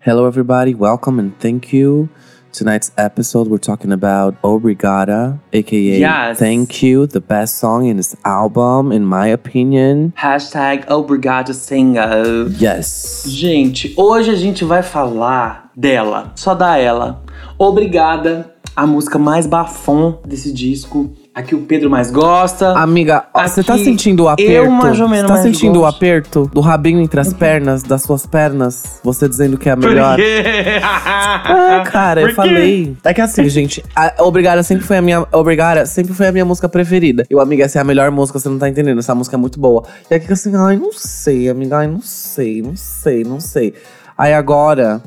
Hello, everybody. Welcome and thank you. Tonight's episode, we're talking about Obrigada, aka Yes. Thank You, the best song in this album, in my opinion. Hashtag Obrigado Single. Yes. Gente, hoje a gente vai falar dela, só da ela. Obrigada, a música mais bafom desse disco. A que o Pedro mais gosta. Amiga, você tá Aqui, sentindo o aperto? eu mais ou menos Você tá mais sentindo o gosto. aperto do rabinho entre as pernas, das suas pernas? Você dizendo que é a melhor? Por quê? Cara, eu Por quê? falei. É que assim, gente, a Obrigada sempre foi a minha música preferida. E o amiga, essa é a melhor música, você não tá entendendo. Essa música é muito boa. E aqui assim, ai, não sei, amiga, ai, não sei. Aí agora,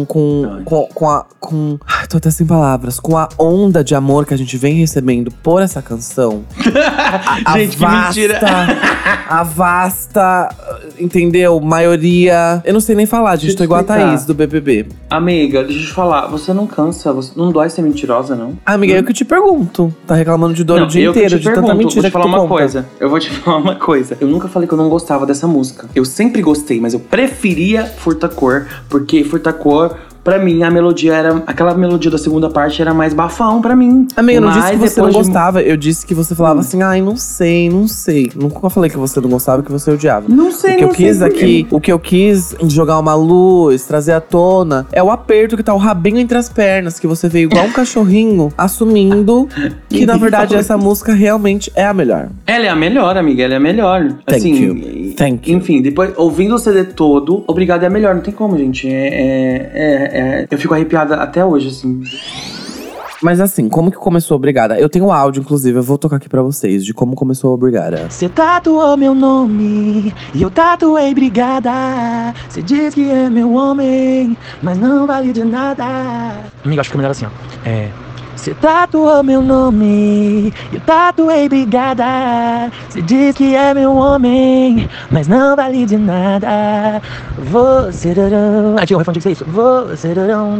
ai, tô até sem palavras. Com a onda de amor que a gente vem recebendo por essa canção. Gente, que mentira. A vasta, entendeu? Maioria. Eu não sei nem falar, gente. Deixa Tô eu igual a explicar. Thaís do BBB. Amiga, deixa eu te falar. Você não cansa, não dói ser mentirosa, não? Amiga, eu que te pergunto. Tá reclamando de dor o dia eu que inteiro, te de tanta pergunto, mentira vou te falar que tu uma conta. coisa. Eu vou te falar uma coisa. Eu nunca falei que eu não gostava dessa música. Eu sempre gostei, mas eu preferia Furta-Cor, porque Furta-Cor, pra mim, a melodia era… Aquela melodia da segunda parte era mais bafão pra mim. Amiga, eu não disse Mas que você não depois de- gostava. Eu disse que você falava assim, ai, não sei. Nunca falei que você não gostava, que você odiava. Não sei, O que eu não sei quis por quê. aqui, o que eu quis jogar uma luz, trazer à tona, é o aperto que tá o rabinho entre as pernas, que você veio igual um cachorrinho, assumindo que, na verdade, essa música realmente é a melhor. Ela é a melhor, amiga, ela é a melhor. Thank you. Thank you. Enfim, depois, ouvindo o CD todo, Obrigado é a melhor, não tem como, gente. Eu fico arrepiada até hoje, assim. Mas assim, como que começou Obrigada? Eu tenho o áudio, inclusive, eu vou tocar aqui pra vocês, de como começou Obrigada. Cê tatuou meu nome e eu tatuei Brigada. Cê diz que é meu homem, mas não vale de nada. Amigo, acho que é melhor assim, ó. Cê tatuou meu nome e eu tatuei Brigada. Cê diz que é meu homem, mas não vale de nada. Você… Aí tinha um refrão, tinha que ser isso. Você…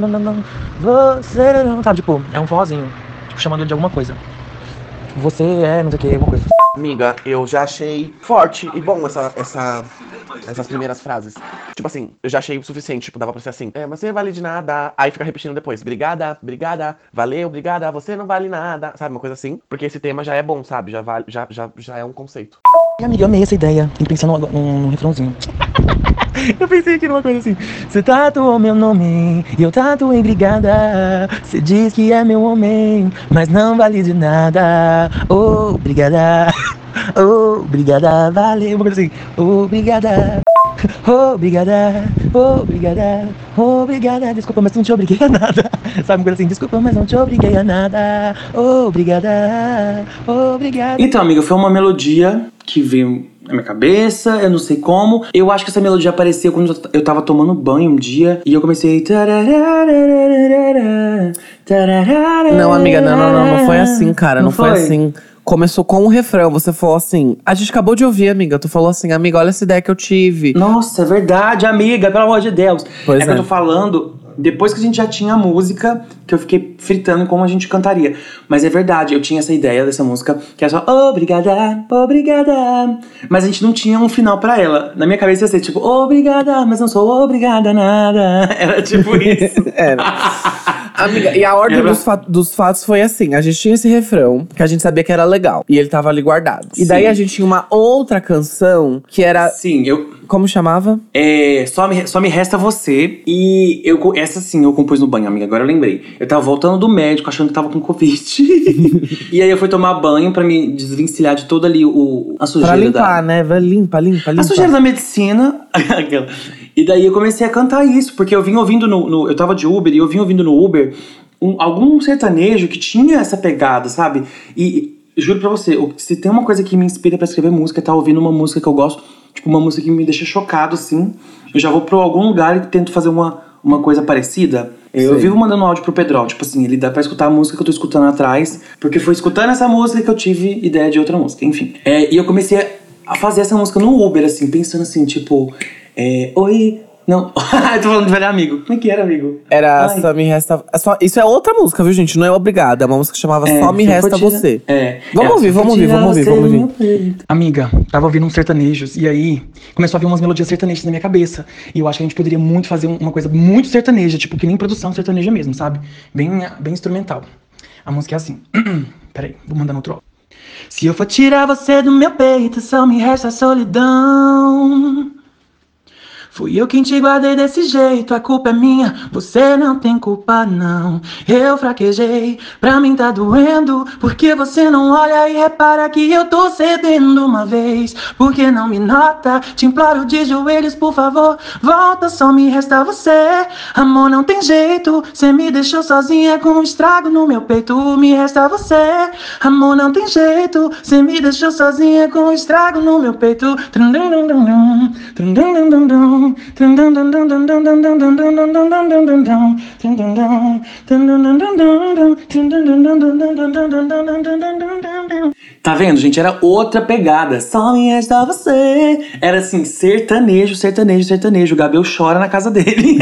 Você… Sabe, tipo, é um forrozinho. Tipo, chamando ele de alguma coisa. Você é, não sei o que, alguma coisa. Amiga, eu já achei forte e bom essas primeiras frases. Tipo assim, eu já achei o suficiente, tipo, dava pra ser assim. Mas você não vale de nada. Aí fica repetindo depois. Obrigada, valeu, obrigada, você não vale nada. Sabe, uma coisa assim. Porque esse tema já é bom, sabe? Já é um conceito. E amiga, eu amei essa ideia. Tem que pensar num refrãozinho. Eu pensei aqui numa coisa assim. Você tatuou meu nome e eu tatuei Brigada. Você diz que é meu homem, mas não vale de nada. Obrigada. Obrigada, valeu. Uma coisa assim. Obrigada. Obrigada. Desculpa, mas não te obriguei a nada. Sabe, uma coisa assim. Desculpa, mas não te obriguei a nada. Obrigada. Então, amiga, foi uma melodia que veio na minha cabeça, eu não sei como. Eu acho que essa melodia apareceu quando eu tava tomando banho um dia e eu comecei… Não, amiga, não foi assim, cara. Não foi foi assim. Começou com um refrão, você falou assim… A gente acabou de ouvir, amiga. Tu falou assim, amiga, olha essa ideia que eu tive. Nossa, é verdade, amiga, pelo amor de Deus. Pois que eu tô falando, depois que a gente já tinha a música, que eu fiquei fritando como a gente cantaria. Mas é verdade, eu tinha essa ideia dessa música, que era só obrigada. Mas a gente não tinha um final pra ela. Na minha cabeça ia ser tipo, obrigada, mas não sou obrigada a nada. Era tipo isso. Era. Amiga, e a ordem dos fatos foi assim. A gente tinha esse refrão, que a gente sabia que era legal. E ele tava ali guardado. E daí Sim. a gente tinha uma outra canção, que era… Sim, Como chamava? Só me resta você. E essa sim eu compus no banho, amiga. Agora eu lembrei. Eu tava voltando do médico, achando que tava com Covid. E aí eu fui tomar banho pra me desvencilhar de toda ali a sujeira. Pra limpar, né? Vai limpa. A sujeira da medicina. E daí eu comecei a cantar isso, porque eu vim ouvindo eu tava de Uber e eu vim ouvindo no Uber algum sertanejo que tinha essa pegada, sabe? E juro pra você, se tem uma coisa que me inspira pra escrever música, é tá ouvindo uma música que eu gosto, tipo uma música que me deixa chocado, assim. Eu já vou pra algum lugar e tento fazer uma coisa parecida. Eu vivo mandando áudio pro Pedrão, tipo assim, ele dá pra escutar a música que eu tô escutando atrás, porque foi escutando essa música que eu tive ideia de outra música, enfim. E eu comecei a fazer essa música no Uber, assim, pensando assim, tipo… Oi, Não, eu tô falando de velho amigo. Como é que era, amigo? Era Ai. Só Me Resta… Isso é outra música, viu, gente? Não é Obrigada. É uma música que chamava Só Me se eu Resta for tirar- Você. É. Vamos ouvir, vamos ouvir. Amiga, tava ouvindo uns sertanejos e aí começou a vir umas melodias sertanejas na minha cabeça. E eu acho que a gente poderia muito fazer uma coisa muito sertaneja, tipo que nem produção sertaneja mesmo, sabe? Bem instrumental. A música é assim. Peraí, vou mandar no outro. Se eu for tirar você do meu peito, só me resta solidão. Fui eu quem te guardei desse jeito, a culpa é minha, você não tem culpa não. Eu fraquejei, pra mim tá doendo, porque você não olha e repara que eu tô cedendo uma vez. Porque não me nota, te imploro de joelhos, por favor, volta, só me resta você. Amor, não tem jeito, cê me deixou sozinha com um estrago no meu peito, me resta você. Amor, não tem jeito, cê me deixou sozinha com um estrago no meu peito. Tá vendo, gente? Era outra pegada. Só me resta você. Era assim, sertanejo. O Gabriel chora na casa dele.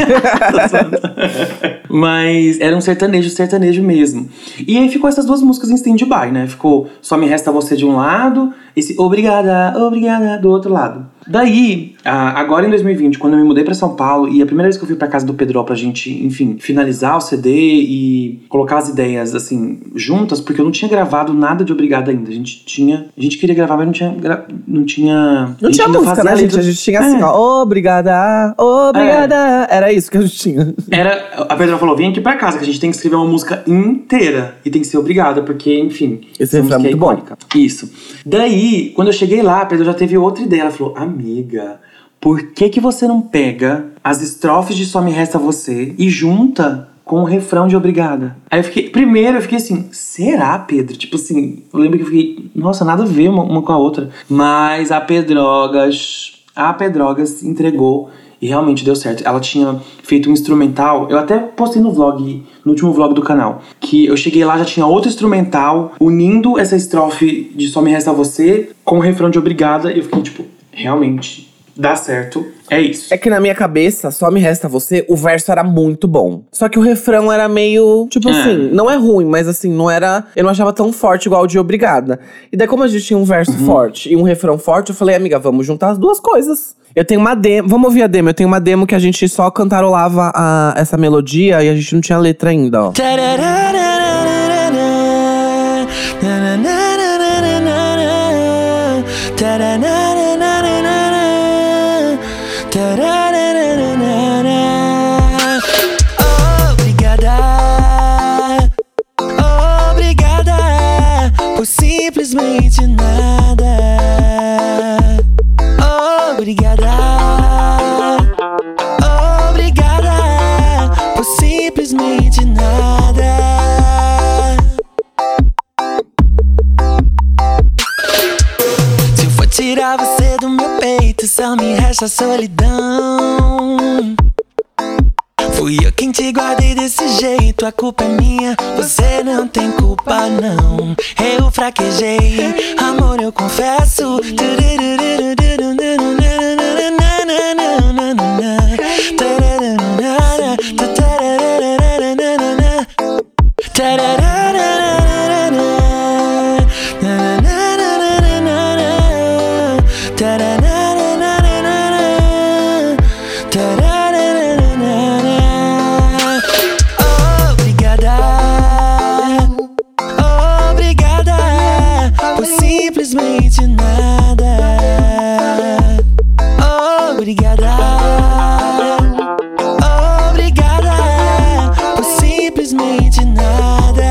Mas era um sertanejo mesmo. E aí ficou essas duas músicas em stand-by, né? Ficou Só Me Resta Você de um lado, esse Obrigada do outro lado. Daí, agora em 2020, quando eu me mudei pra São Paulo, e a primeira vez que eu fui pra casa do Pedro pra gente, enfim, finalizar o CD e colocar as ideias, assim, juntas, porque eu não tinha gravado nada de Obrigada ainda. A gente queria gravar, mas não tinha Não tinha música, né, gente? A gente tinha assim, ó, obrigada. Era isso que a gente tinha. A Pedro falou, vem aqui pra casa, que a gente tem que escrever uma música inteira. E tem que ser Obrigada, porque, enfim… Esse refrão é muito icônica. Bom. Isso. Daí, quando eu cheguei lá, a Pedro já teve outra ideia. Ela falou, amiga, por que você não pega as estrofes de Só Me Resta Você e junta com o refrão de Obrigada? Aí eu fiquei assim, será, Pedro? Tipo assim, eu lembro que eu fiquei, nossa, nada a ver uma com a outra. Mas a Pedrogas entregou e realmente deu certo. Ela tinha feito um instrumental, eu até postei no último vlog do canal, que eu cheguei lá, já tinha outro instrumental unindo essa estrofe de Só Me Resta Você com o refrão de Obrigada, e eu fiquei tipo, realmente, dá certo, é isso. É que na minha cabeça, Só Me Resta Você, o verso era muito bom. Só que o refrão era meio, tipo assim, não é ruim, mas assim, não era… Eu não achava tão forte igual o de Obrigada. E daí como a gente tinha um verso forte e um refrão forte, eu falei, amiga, vamos juntar as duas coisas. Eu tenho uma demo, vamos ouvir a demo. Eu tenho uma demo que a gente só cantarolava essa melodia e a gente não tinha letra ainda, ó. Obrigada por simplesmente nada. Obrigada por simplesmente nada. Se eu for tirar você do meu peito, só me resta solidão. Fui eu quem te guardei desse jeito, a culpa é minha, você não tem culpa não. Eu fraquejei, amor, eu confesso. Simplesmente nada. Obrigada por simplesmente nada.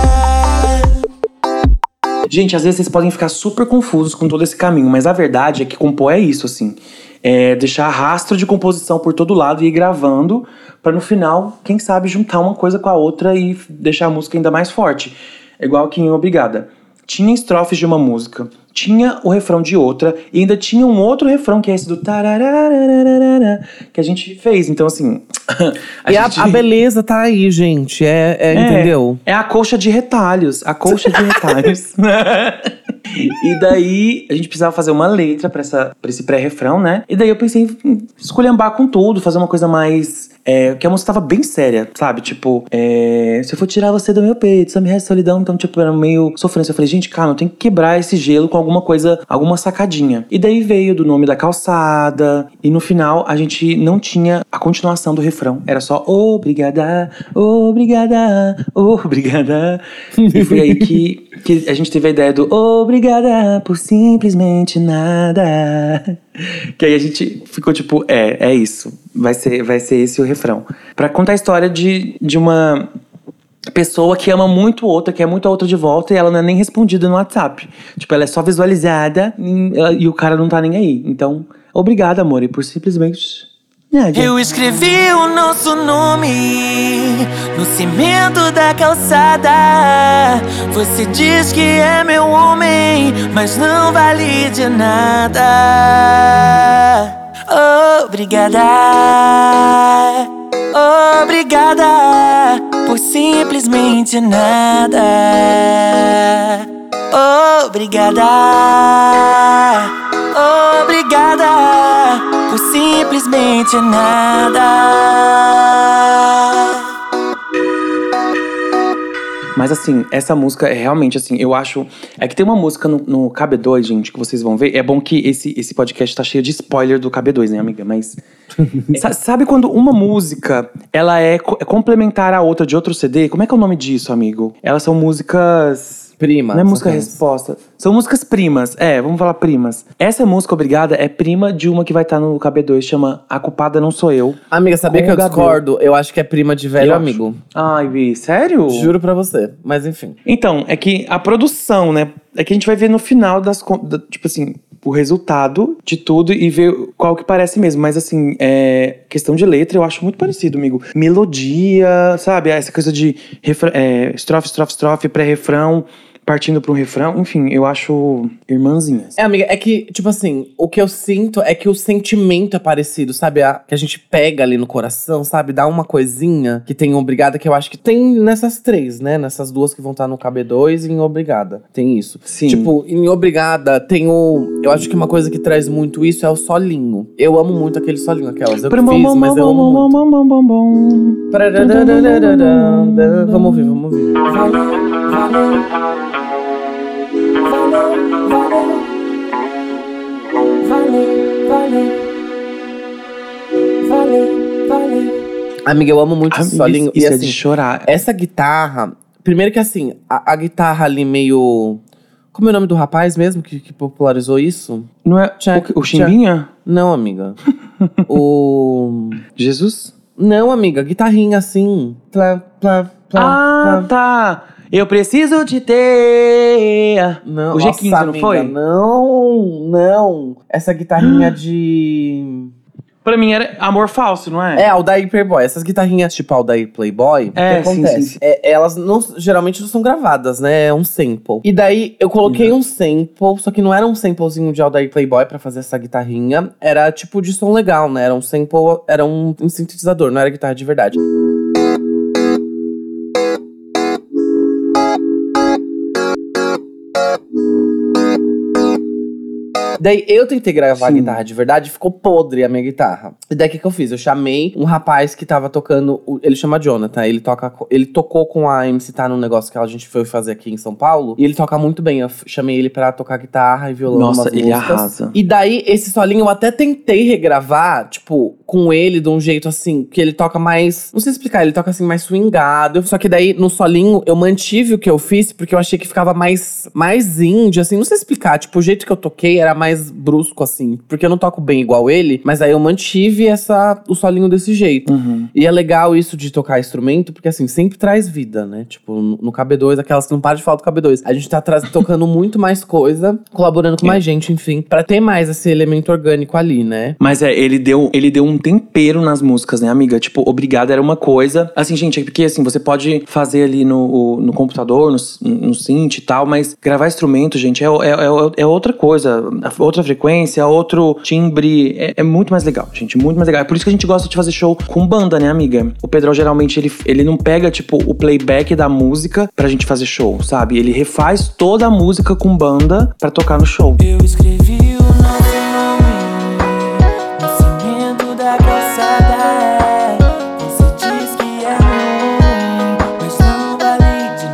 Gente, às vezes vocês podem ficar super confusos com todo esse caminho, mas a verdade é que compor é isso, assim. É deixar rastro de composição por todo lado e ir gravando pra no final, quem sabe, juntar uma coisa com a outra e deixar a música ainda mais forte. É igual que em Obrigada. Tinha estrofes de uma música tinha o refrão de outra e ainda tinha um outro refrão, que é esse do tarararararara, que a gente fez. Então, assim… a beleza tá aí, gente. Entendeu? É a colcha de retalhos. A colcha de retalhos. E daí, a gente precisava fazer uma letra pra esse pré-refrão, né? E daí eu pensei em esculhambar com tudo, fazer uma coisa mais… que a música tava bem séria, sabe? Tipo, se eu for tirar você do meu peito, só me resta solidão. Então, tipo, era meio sofrência. Eu falei, gente, calma, eu tenho que quebrar esse gelo com alguma coisa, alguma sacadinha. E daí veio do nome da calçada. E no final, a gente não tinha a continuação do refrão. Era só obrigada, obrigada, obrigada. E foi aí que a gente teve a ideia do obrigada por simplesmente nada. Que aí a gente ficou tipo, é isso. Vai ser esse o refrão. Pra contar a história de uma pessoa que ama muito outra, quer muito a outra de volta, e ela não é nem respondida no WhatsApp. Tipo, ela é só visualizada e o cara não tá nem aí. Então, obrigado, amor, e por simplesmente… Eu escrevi o nosso nome no cimento da calçada. Você diz que é meu homem, mas não vale de nada. Obrigada, obrigada por simplesmente nada. Obrigada, obrigada por simplesmente nada. Mas assim, essa música é realmente assim, eu acho… É que tem uma música no KB2, gente, que vocês vão ver. É bom que esse podcast tá cheio de spoiler do KB2, né, amiga? Mas… sabe quando uma música, ela é complementar a outra de outro CD? Como é que é o nome disso, amigo? Elas são músicas… Prima. Não é música resposta. São músicas primas. Vamos falar primas. Essa música, Obrigada, é prima de uma que vai estar no KB2, chama A Culpada Não Sou Eu. Amiga, sabia que eu discordo? Eu acho que é prima de Velho Amigo. Ai, Vi, sério? Juro pra você. Mas enfim. Então, é que a produção, né? É que a gente vai ver no final tipo assim, o resultado de tudo e ver qual que parece mesmo. Mas assim, questão de letra, eu acho muito parecido, amigo. Melodia, sabe? Essa coisa de estrofe, estrofe, estrofe, pré-refrão, partindo pra um refrão. Enfim, eu acho irmãzinhas. Amiga, é que, tipo assim, o que eu sinto é que o sentimento é parecido, sabe? Que a gente pega ali no coração, sabe? Dá uma coisinha que tem Obrigada, que eu acho que tem nessas três, né? Nessas duas que vão estar no KB2 e em Obrigada. Tem isso. Sim. Tipo, em Obrigada tem o… Eu acho que uma coisa que traz muito isso é o solinho. Eu amo muito aquele solinho, aquelas. Eu fiz, mas eu amo muito. Vamos ouvir, vamos ouvir. Amiga, eu amo muito esse solinho. Isso e é assim, de chorar. essa guitarra… Primeiro que assim, a guitarra ali meio… Como é o nome do rapaz mesmo que popularizou isso? Não é o Chimbinha? Não, amiga. O… Jesus? Não, amiga. Guitarrinha assim. Plá, plá, plá, plá. Tá. Eu preciso te ter. Não, o G15, nossa, não amiga, foi? Não. Essa guitarrinha de… Pra mim era Amor Falso, não é? É, Aldair Playboy. Essas guitarrinhas tipo Aldair Playboy, o que acontece? Sim. Elas geralmente não são gravadas, né? É um sample. E daí, eu coloquei um sample, só que não era um samplezinho de Aldair Playboy pra fazer essa guitarrinha. Era tipo de som legal, né? Era um sample, era um sintetizador, não era guitarra de verdade. Daí eu tentei gravar a guitarra de verdade e ficou podre a minha guitarra. E daí o que eu fiz? Eu chamei um rapaz que tava tocando… Ele chama Jonathan, ele tocou com a MC Tá num negócio que a gente foi fazer aqui em São Paulo. E ele toca muito bem, eu chamei ele pra tocar guitarra e violão. Nossa, umas ele músicas. arrasa. E daí esse solinho eu até tentei regravar, tipo, com ele de um jeito assim, que ele toca mais… Não sei explicar, ele toca assim mais swingado. Só que daí no solinho eu mantive o que eu fiz, porque eu achei que ficava mais indie, assim. Não sei explicar, tipo, o jeito que eu toquei era mais mais brusco, assim. Porque eu não toco bem igual ele, mas aí eu mantive o solinho desse jeito. E é legal isso de tocar instrumento, porque assim, sempre traz vida, né? Tipo, no KB2, aquelas que não param de falar do KB2. A gente tá tocando muito mais coisa, colaborando com mais gente, enfim. Pra ter mais esse elemento orgânico ali, né? Mas ele deu um tempero nas músicas, né, amiga? Tipo, Obrigada era uma coisa. Assim, gente, é porque assim, você pode fazer ali no computador, no synth e tal, mas gravar instrumento, gente, é outra coisa. Outra frequência, outro timbre. É muito mais legal, gente. Muito mais legal. É por isso que a gente gosta de fazer show com banda, né, amiga? O Pedrão, geralmente, ele não pega, tipo, o playback da música pra gente fazer show, sabe? Ele refaz toda a música com banda pra tocar no show. Eu escrevi o nosso nome no cimento da calçada. Você diz que é meu, mas não vale de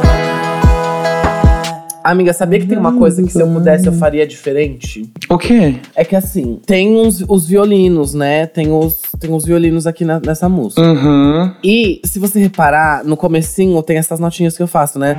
nada. Amiga, sabia que tem uma coisa que se eu pudesse eu faria diferente? O quê? É que assim, tem os violinos, né? Tem os violinos aqui nessa música. E se você reparar, no comecinho tem essas notinhas que eu faço, né?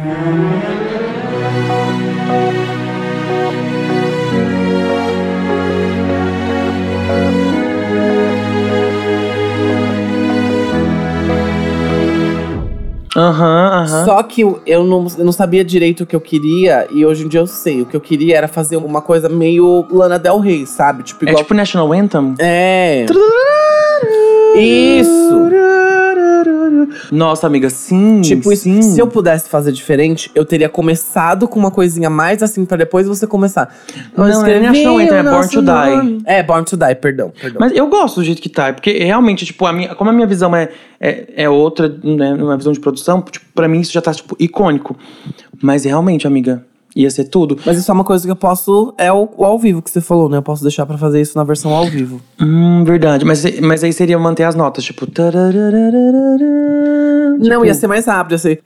Só que eu não sabia direito o que eu queria, e hoje em dia eu sei. O que eu queria era fazer uma coisa meio Lana Del Rey, sabe? Tipo, igual... É tipo National Anthem? É. Isso! Nossa, amiga, sim. Tipo, sim. Se eu pudesse fazer diferente, eu teria começado com uma coisinha mais assim, pra depois você começar. Não, não é National Anthem, é Born to Die. É, Born to Die, perdão. Mas eu gosto do jeito que tá, porque realmente, tipo, como a minha visão é outra, né, uma visão de produção, tipo, pra mim isso já tá, tipo, icônico. Mas realmente, amiga, ia ser tudo. Mas isso é uma coisa que eu posso… É o ao vivo que você falou, né? Eu posso deixar pra fazer isso na versão ao vivo. Verdade. Mas aí seria manter as notas, tipo… Não, ia ser mais rápido, ia ser…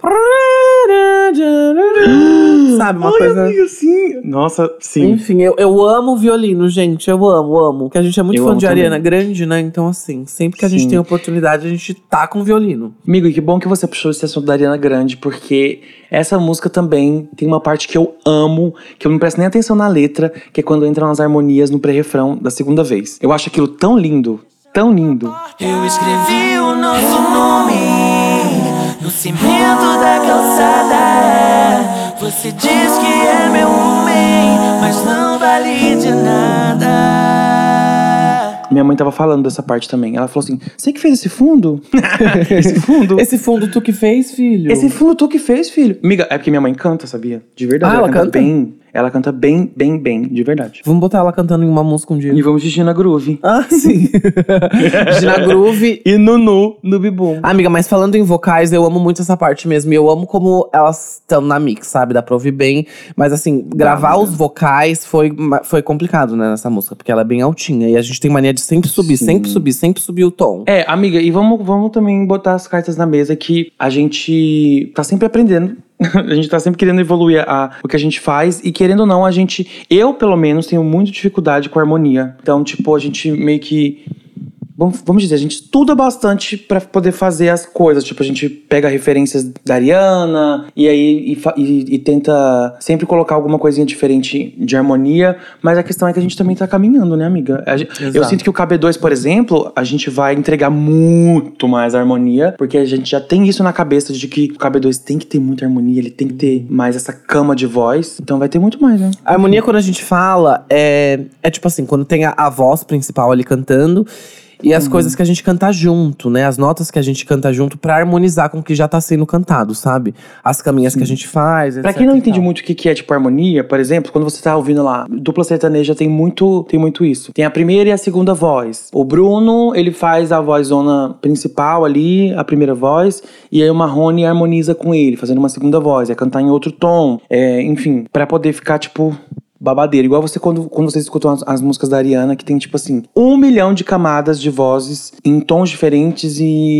Sabe, uma coisa… Amiga, sim. Nossa, sim. Enfim, eu amo violino, gente. Eu amo. Porque a gente é muito fã de Ariana Grande, né? Então, assim, sempre que a gente tem oportunidade, a gente tá com violino. Amigo, e que bom que você puxou esse assunto da Ariana Grande, porque essa música também tem uma parte que eu amo, que eu não presto nem atenção na letra, que é quando entram as harmonias no pré-refrão da segunda vez. Eu acho aquilo tão lindo, tão lindo. Eu escrevi o nosso nome no cimento da calçada. Você diz que é meu homem, mas não vale de nada. Minha mãe tava falando dessa parte também. Ela falou assim, você que fez esse fundo? Esse fundo? Esse fundo tu que fez, filho? Esse fundo tu que fez, filho? Amiga, é porque minha mãe canta, sabia? De verdade. Ela canta bem. Ela canta bem, de verdade. Vamos botar ela cantando em uma música um dia. E vamos de Gina Groove. Ah, sim. Gina Groove. E Nunu no Bibum. Amiga, mas falando em vocais, eu amo muito essa parte mesmo. E eu amo como elas estão na mix, sabe? Dá pra ouvir bem. Mas assim, gravar os vocais foi complicado, né, nessa música. Porque ela é bem altinha. E a gente tem mania de sempre subir, sempre subir o tom. É, amiga, e vamos também botar as cartas na mesa que a gente tá sempre aprendendo. A gente tá sempre querendo evoluir o que a gente faz. E querendo ou não, eu pelo menos tenho muita dificuldade com a harmonia. Então, tipo, a gente meio que… Vamos dizer, a gente estuda bastante pra poder fazer as coisas. Tipo, a gente pega referências da Ariana e aí e tenta sempre colocar alguma coisinha diferente de harmonia. Mas a questão é que a gente também tá caminhando, né, amiga? Eu sinto que o KB2, por exemplo, a gente vai entregar muito mais harmonia, porque a gente já tem isso na cabeça de que o KB2 tem que ter muita harmonia, ele tem que ter mais essa cama de voz. Então vai ter muito mais, né? A harmonia, quando a gente fala, é tipo assim, quando tem a voz principal ali cantando… E as coisas que a gente canta junto, né? As notas que a gente canta junto pra harmonizar com o que já tá sendo cantado, sabe? As caminhas que a gente faz, etc. Pra quem não entende muito o que é, tipo, harmonia, por exemplo, quando você tá ouvindo lá, dupla sertaneja tem muito isso. Tem a primeira e a segunda voz. O Bruno, ele faz a vozona principal ali, a primeira voz, e aí o Marrone harmoniza com ele, fazendo uma segunda voz, é cantar em outro tom. Enfim, pra poder ficar, tipo… babadeiro. Igual você quando vocês escutam as músicas da Ariana, que tem, tipo assim, 1 milhão de camadas de vozes em tons diferentes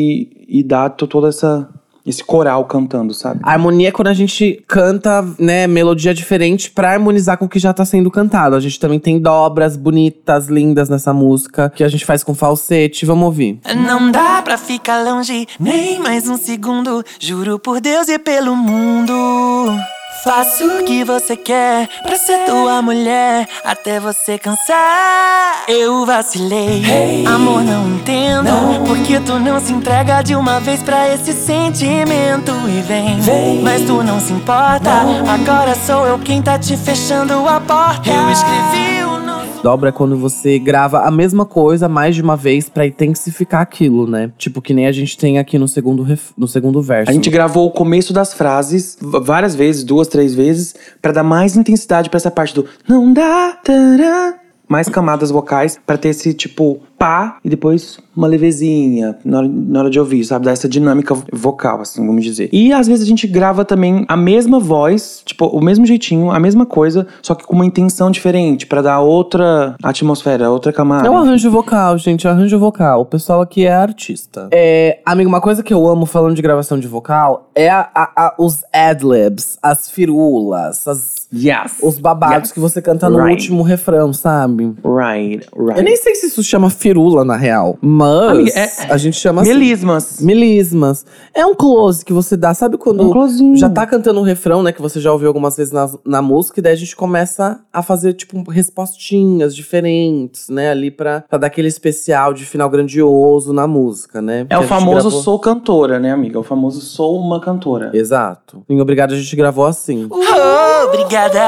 e dá todo esse coral cantando, sabe? A harmonia é quando a gente canta, né, melodia diferente pra harmonizar com o que já tá sendo cantado. A gente também tem dobras bonitas, lindas nessa música, que a gente faz com falsete. Vamos ouvir. Não dá pra ficar longe nem mais um segundo. Juro por Deus e pelo mundo. Faço o que você quer pra ser tua mulher, até você cansar. Eu vacilei, amor, não entendo porque tu não se entrega de uma vez pra esse sentimento. E vem, mas tu não se importa. Agora sou eu quem tá te fechando a porta. Eu escrevi o nosso… Dobra é quando você grava a mesma coisa mais de uma vez pra intensificar aquilo, né? Tipo, que nem a gente tem aqui no segundo verso. A gente gravou o começo das frases várias vezes, 2, 3 vezes, pra dar mais intensidade pra essa parte do não dá, tará, mais camadas vocais, pra ter esse tipo pá e depois uma levezinha na hora de ouvir, sabe? Dar essa dinâmica vocal, assim, vamos dizer. E às vezes a gente grava também a mesma voz, tipo, o mesmo jeitinho, a mesma coisa, só que com uma intenção diferente, pra dar outra atmosfera, outra camada. É um arranjo vocal, gente, é um arranjo vocal. O pessoal aqui é artista. Amigo, uma coisa que eu amo falando de gravação de vocal é os ad-libs, as firulas, os babados que você canta no último refrão, sabe? Right. Eu nem sei se isso chama firula, na real. Mas Amiga, a gente chama melismas. assim. Melismas. É um close que você dá. Sabe quando já tá cantando um refrão, né? Que você já ouviu algumas vezes na música. E daí a gente começa a fazer, tipo, respostinhas diferentes, né? Ali pra dar aquele especial de final grandioso na música, né? É o famoso sou cantora, né, amiga? É o famoso sou uma cantora. Exato. Em Obrigado, a gente gravou assim. Obrigada,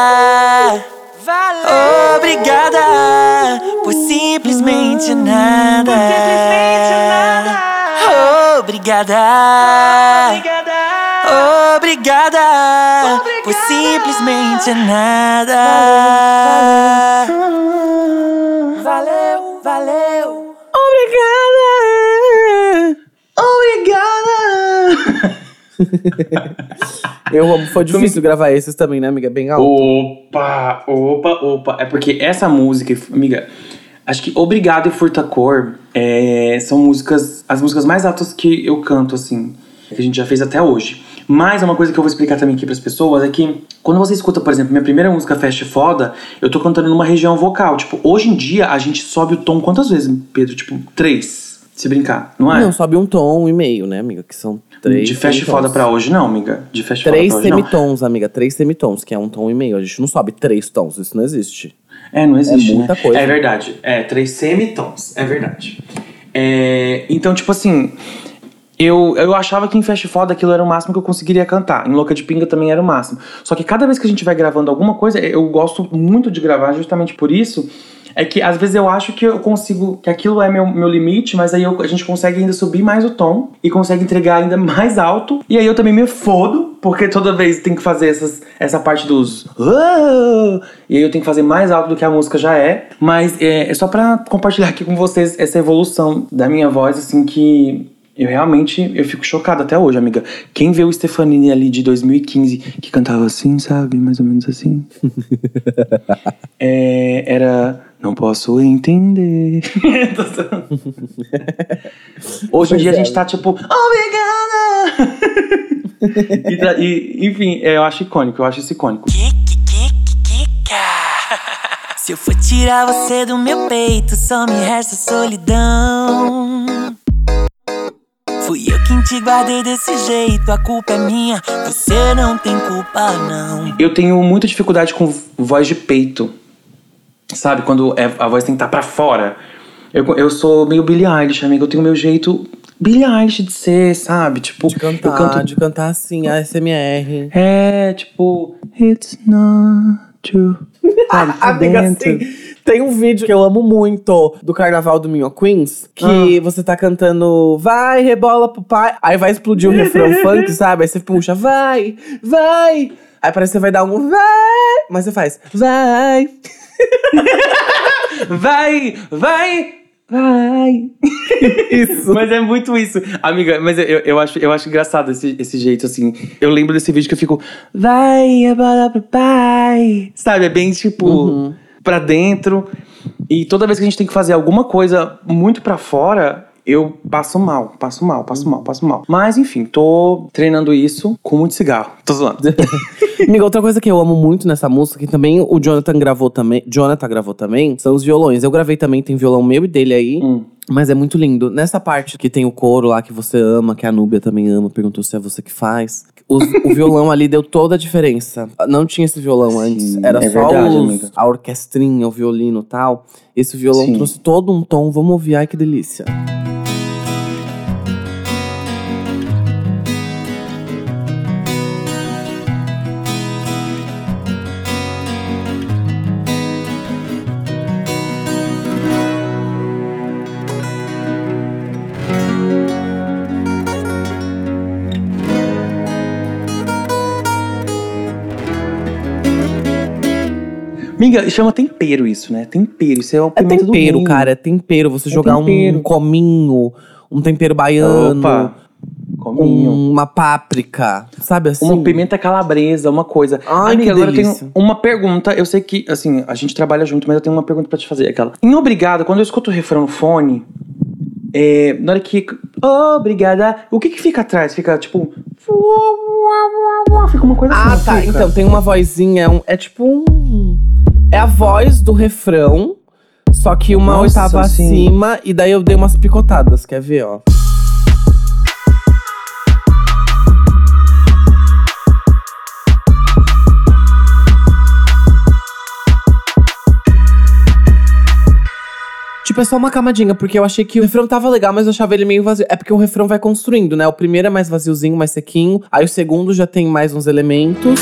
valeu. Obrigada por simplesmente nada. Obrigada, obrigada por simplesmente nada. Valeu. Obrigada! Eu amo. Foi difícil gravar esses também, né, amiga? Bem alto. Opa! É porque essa música, amiga, acho que Obrigado e Furtacor são as músicas mais altas que eu canto, assim, que a gente já fez até hoje. Mas uma coisa que eu vou explicar também aqui pras pessoas é que quando você escuta, por exemplo, minha primeira música, Fast Foda, eu tô cantando numa região vocal. Tipo, hoje em dia a gente sobe o tom quantas vezes, Pedro? Tipo, 3. Se brincar, não é? Não, sobe 1 tom e meio, né, amiga? Que são 3 De Fast Foda pra hoje, não, amiga. De Fast Foda 3 pra hoje, não. semitons, amiga. 3 semitons, que é 1 tom e meio. A gente não sobe 3 tons, isso não existe. Não existe, é muita né? coisa. É verdade. 3 semitons, é verdade. Então, tipo assim… Eu achava que em Fast Foda aquilo era o máximo que eu conseguiria cantar. Em Louca de Pinga também era o máximo. Só que cada vez que a gente vai gravando alguma coisa, eu gosto muito de gravar justamente por isso. É que às vezes eu acho que eu consigo, que aquilo é meu limite, mas aí a gente consegue ainda subir mais o tom e consegue entregar ainda mais alto. E aí eu também me fodo, porque toda vez tem que fazer essa parte dos… E aí eu tenho que fazer mais alto do que a música já é. Mas é só pra compartilhar aqui com vocês essa evolução da minha voz, assim, que… Eu fico chocado até hoje, amiga. Quem vê o Stefanini ali de 2015, que cantava assim, sabe? Mais ou menos assim. Era… Não posso entender. Hoje em dia a gente tá tipo… Obrigada! Enfim, eu acho icônico, eu acho isso icônico. Se eu for tirar você do meu peito, só me resta solidão. Fui eu quem te guardei desse jeito, a culpa é minha, você não tem culpa não. Eu tenho muita dificuldade com voz de peito, sabe? Quando a voz tem que estar pra fora. Eu sou meio Billie Eilish, amiga, eu tenho meu jeito Billie Eilish de ser, sabe? Tipo, de cantar assim, ASMR. Tipo, it's not true. Amiga, assim, tem um vídeo que eu amo muito do Carnaval do Minho Queens, que você tá cantando vai, rebola pro pai, aí vai explodir o refrão funk, sabe? Aí você puxa, vai. Aí parece que você vai dar um vai, mas você faz vai. vai. Isso. Mas é muito isso. Amiga, mas eu acho engraçado esse jeito, assim. Eu lembro desse vídeo que eu fico vai, a bola pro pai. Sabe, é bem tipo pra dentro. E toda vez que a gente tem que fazer alguma coisa muito pra fora, eu passo mal. Mas, enfim, tô treinando isso com muito cigarro. Tô zoando. Amiga, outra coisa que eu amo muito nessa música, que também o Jonathan gravou também, são os violões. Eu gravei também, tem violão meu e dele aí. Mas é muito lindo. Nessa parte que tem o coro lá que você ama, que a Núbia também ama, perguntou se é você que faz. O violão ali deu toda a diferença. Não tinha esse violão antes. Era só verdade, a orquestrinha, o violino e tal. Esse violão trouxe todo um tom. Vamos ouvir, ai que delícia. Amiga, chama tempero isso, né? Tempero, isso é o pimenta do tempero, reino. cara, é tempero. Você jogar tempero. um cominho, um tempero baiano. Opa, cominho. Uma páprica, sabe assim? Uma pimenta calabresa, uma coisa. Ai, amiga, que agora eu delícia. tenho uma pergunta. Eu sei que, assim, a gente trabalha junto, mas eu tenho uma pergunta pra te fazer. Aquela. Em Obrigada, quando eu escuto o refrão no fone, na hora que… Obrigada, o que fica atrás? Fica, tipo… Fica uma coisa assim. Ah, tá. Fica. Então, tem uma vozinha, é tipo um… É a voz do refrão, só que uma Nossa, oitava sim. acima. E daí eu dei umas picotadas, quer ver, ó? Tipo, é só uma camadinha, porque eu achei que o refrão tava legal, mas eu achava ele meio vazio. É porque o refrão vai construindo, né? O primeiro é mais vaziozinho, mais sequinho. Aí o segundo já tem mais uns elementos.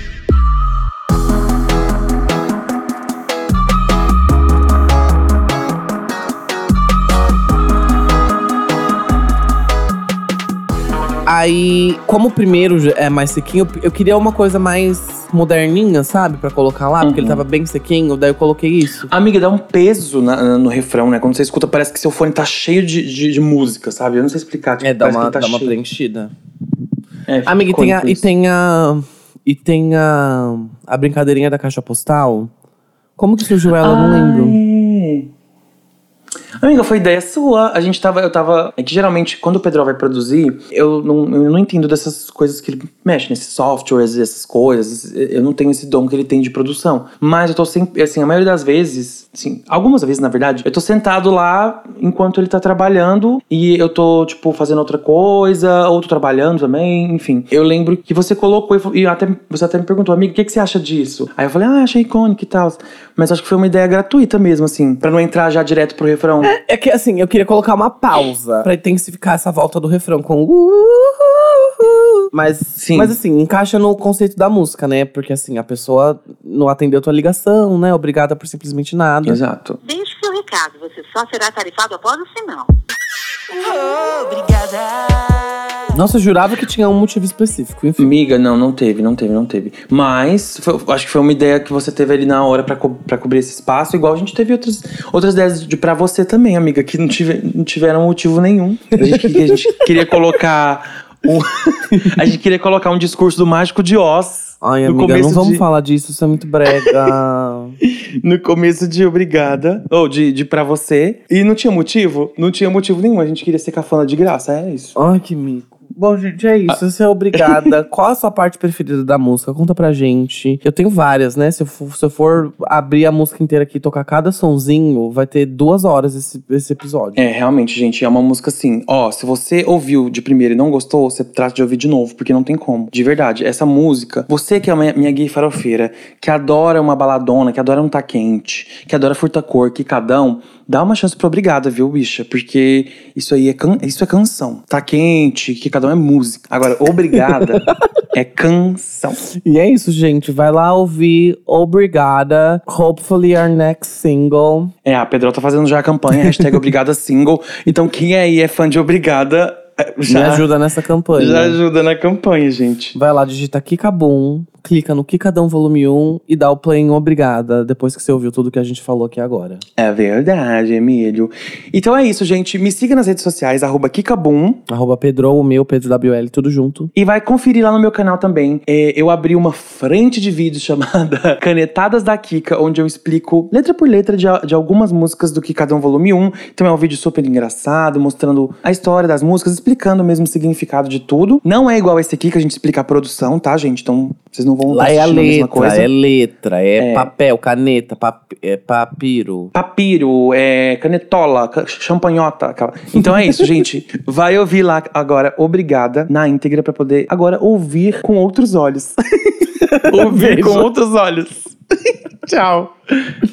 Aí, como o primeiro é mais sequinho, eu queria uma coisa mais moderninha, sabe? Pra colocar lá, porque ele tava bem sequinho, daí eu coloquei isso. Amiga, dá um peso no refrão, né? Quando você escuta, parece que seu fone tá cheio de música, sabe? Eu não sei explicar. Tipo, Dá parece que uma, ele tá dá uma cheio. preenchida. É, fica Amiga, icônico isso. e tem a brincadeirinha da caixa postal. Como que surgiu ela? Eu não lembro. Amiga, foi ideia sua. É que geralmente, quando o Pedro vai produzir, eu não entendo dessas coisas que ele mexe, nesses softwares, essas coisas. Eu não tenho esse dom que ele tem de produção. Mas eu tô sempre, assim, a maioria das vezes, assim, algumas vezes, na verdade, eu tô sentado lá enquanto ele tá trabalhando e eu tô, tipo, fazendo outra coisa, ou tô trabalhando também, enfim. Eu lembro que você colocou e você até me perguntou, amigo, o que você acha disso? Aí eu falei, achei icônico e tal. Mas acho que foi uma ideia gratuita mesmo, assim, pra não entrar já direto pro refrão. É que assim, eu queria colocar uma pausa pra intensificar essa volta do refrão com mas assim, encaixa no conceito da música, né? Porque assim, a pessoa não atendeu tua ligação, né? Obrigada por simplesmente nada. Exato. Deixe seu recado, você só será tarifado após o sinal. Obrigada. Nossa, eu jurava que tinha um motivo específico, enfim. Amiga, não teve. Mas acho que foi uma ideia que você teve ali na hora pra cobrir esse espaço, igual a gente teve outras ideias pra você também, amiga, que não tiveram motivo nenhum. A gente queria colocar a gente queria colocar um discurso do Mágico de Oz. Ai, no amiga, começo não vamos falar disso, isso é muito brega. No começo de Obrigada, ou de Pra Você. E não tinha motivo? Não tinha motivo nenhum, a gente queria ser cafona de graça, é isso. Ai, que mico. Bom, gente, é isso. Você é obrigada. Qual a sua parte preferida da música? Conta pra gente. Eu tenho várias, né? Se eu for abrir a música inteira aqui e tocar cada sonzinho, vai ter 2 horas esse episódio. É, realmente, gente, é uma música assim. Ó, se você ouviu de primeira e não gostou, você trata de ouvir de novo, porque não tem como. De verdade, essa música, você que é minha gay farofeira, que adora uma baladona, que adora um tá quente, que adora furta-cor, quicadão, dá uma chance pra Obrigada, viu, bicha? Porque isso aí é canção. Tá quente, quicadão é música. Agora, Obrigada é canção. E é isso, gente. Vai lá ouvir Obrigada. Hopefully our next single. É, a Pedro tá fazendo já a campanha, hashtag Obrigada Single. Então, quem aí é fã de Obrigada… Me ajuda nessa campanha. Já ajuda na campanha, gente. Vai lá, digita Kikabum, clica no Kikadão Volume 1 e dá o play em Obrigada, depois que você ouviu tudo que a gente falou aqui agora. É verdade, Emílio. Então é isso, gente. Me siga nas redes sociais, @Kikabum. @Pedro, o meu, Pedro WL, tudo junto. E vai conferir lá no meu canal também. Eu abri uma frente de vídeos chamada Canetadas da Kika, onde eu explico letra por letra de algumas músicas do Kikadão Volume 1. Então é um vídeo super engraçado, mostrando a história das músicas, explicando mesmo o significado de tudo. Não é igual esse aqui, que a gente explica a produção, tá, gente? Então vocês não vão Lá é a mesma coisa. letra, é papel, caneta, papiro. Papiro, canetola, champanhota. Aquela. Então é isso, gente. Vai ouvir lá agora, Obrigada, na íntegra, pra poder agora ouvir com outros olhos. Ouvir com outros olhos. Tchau.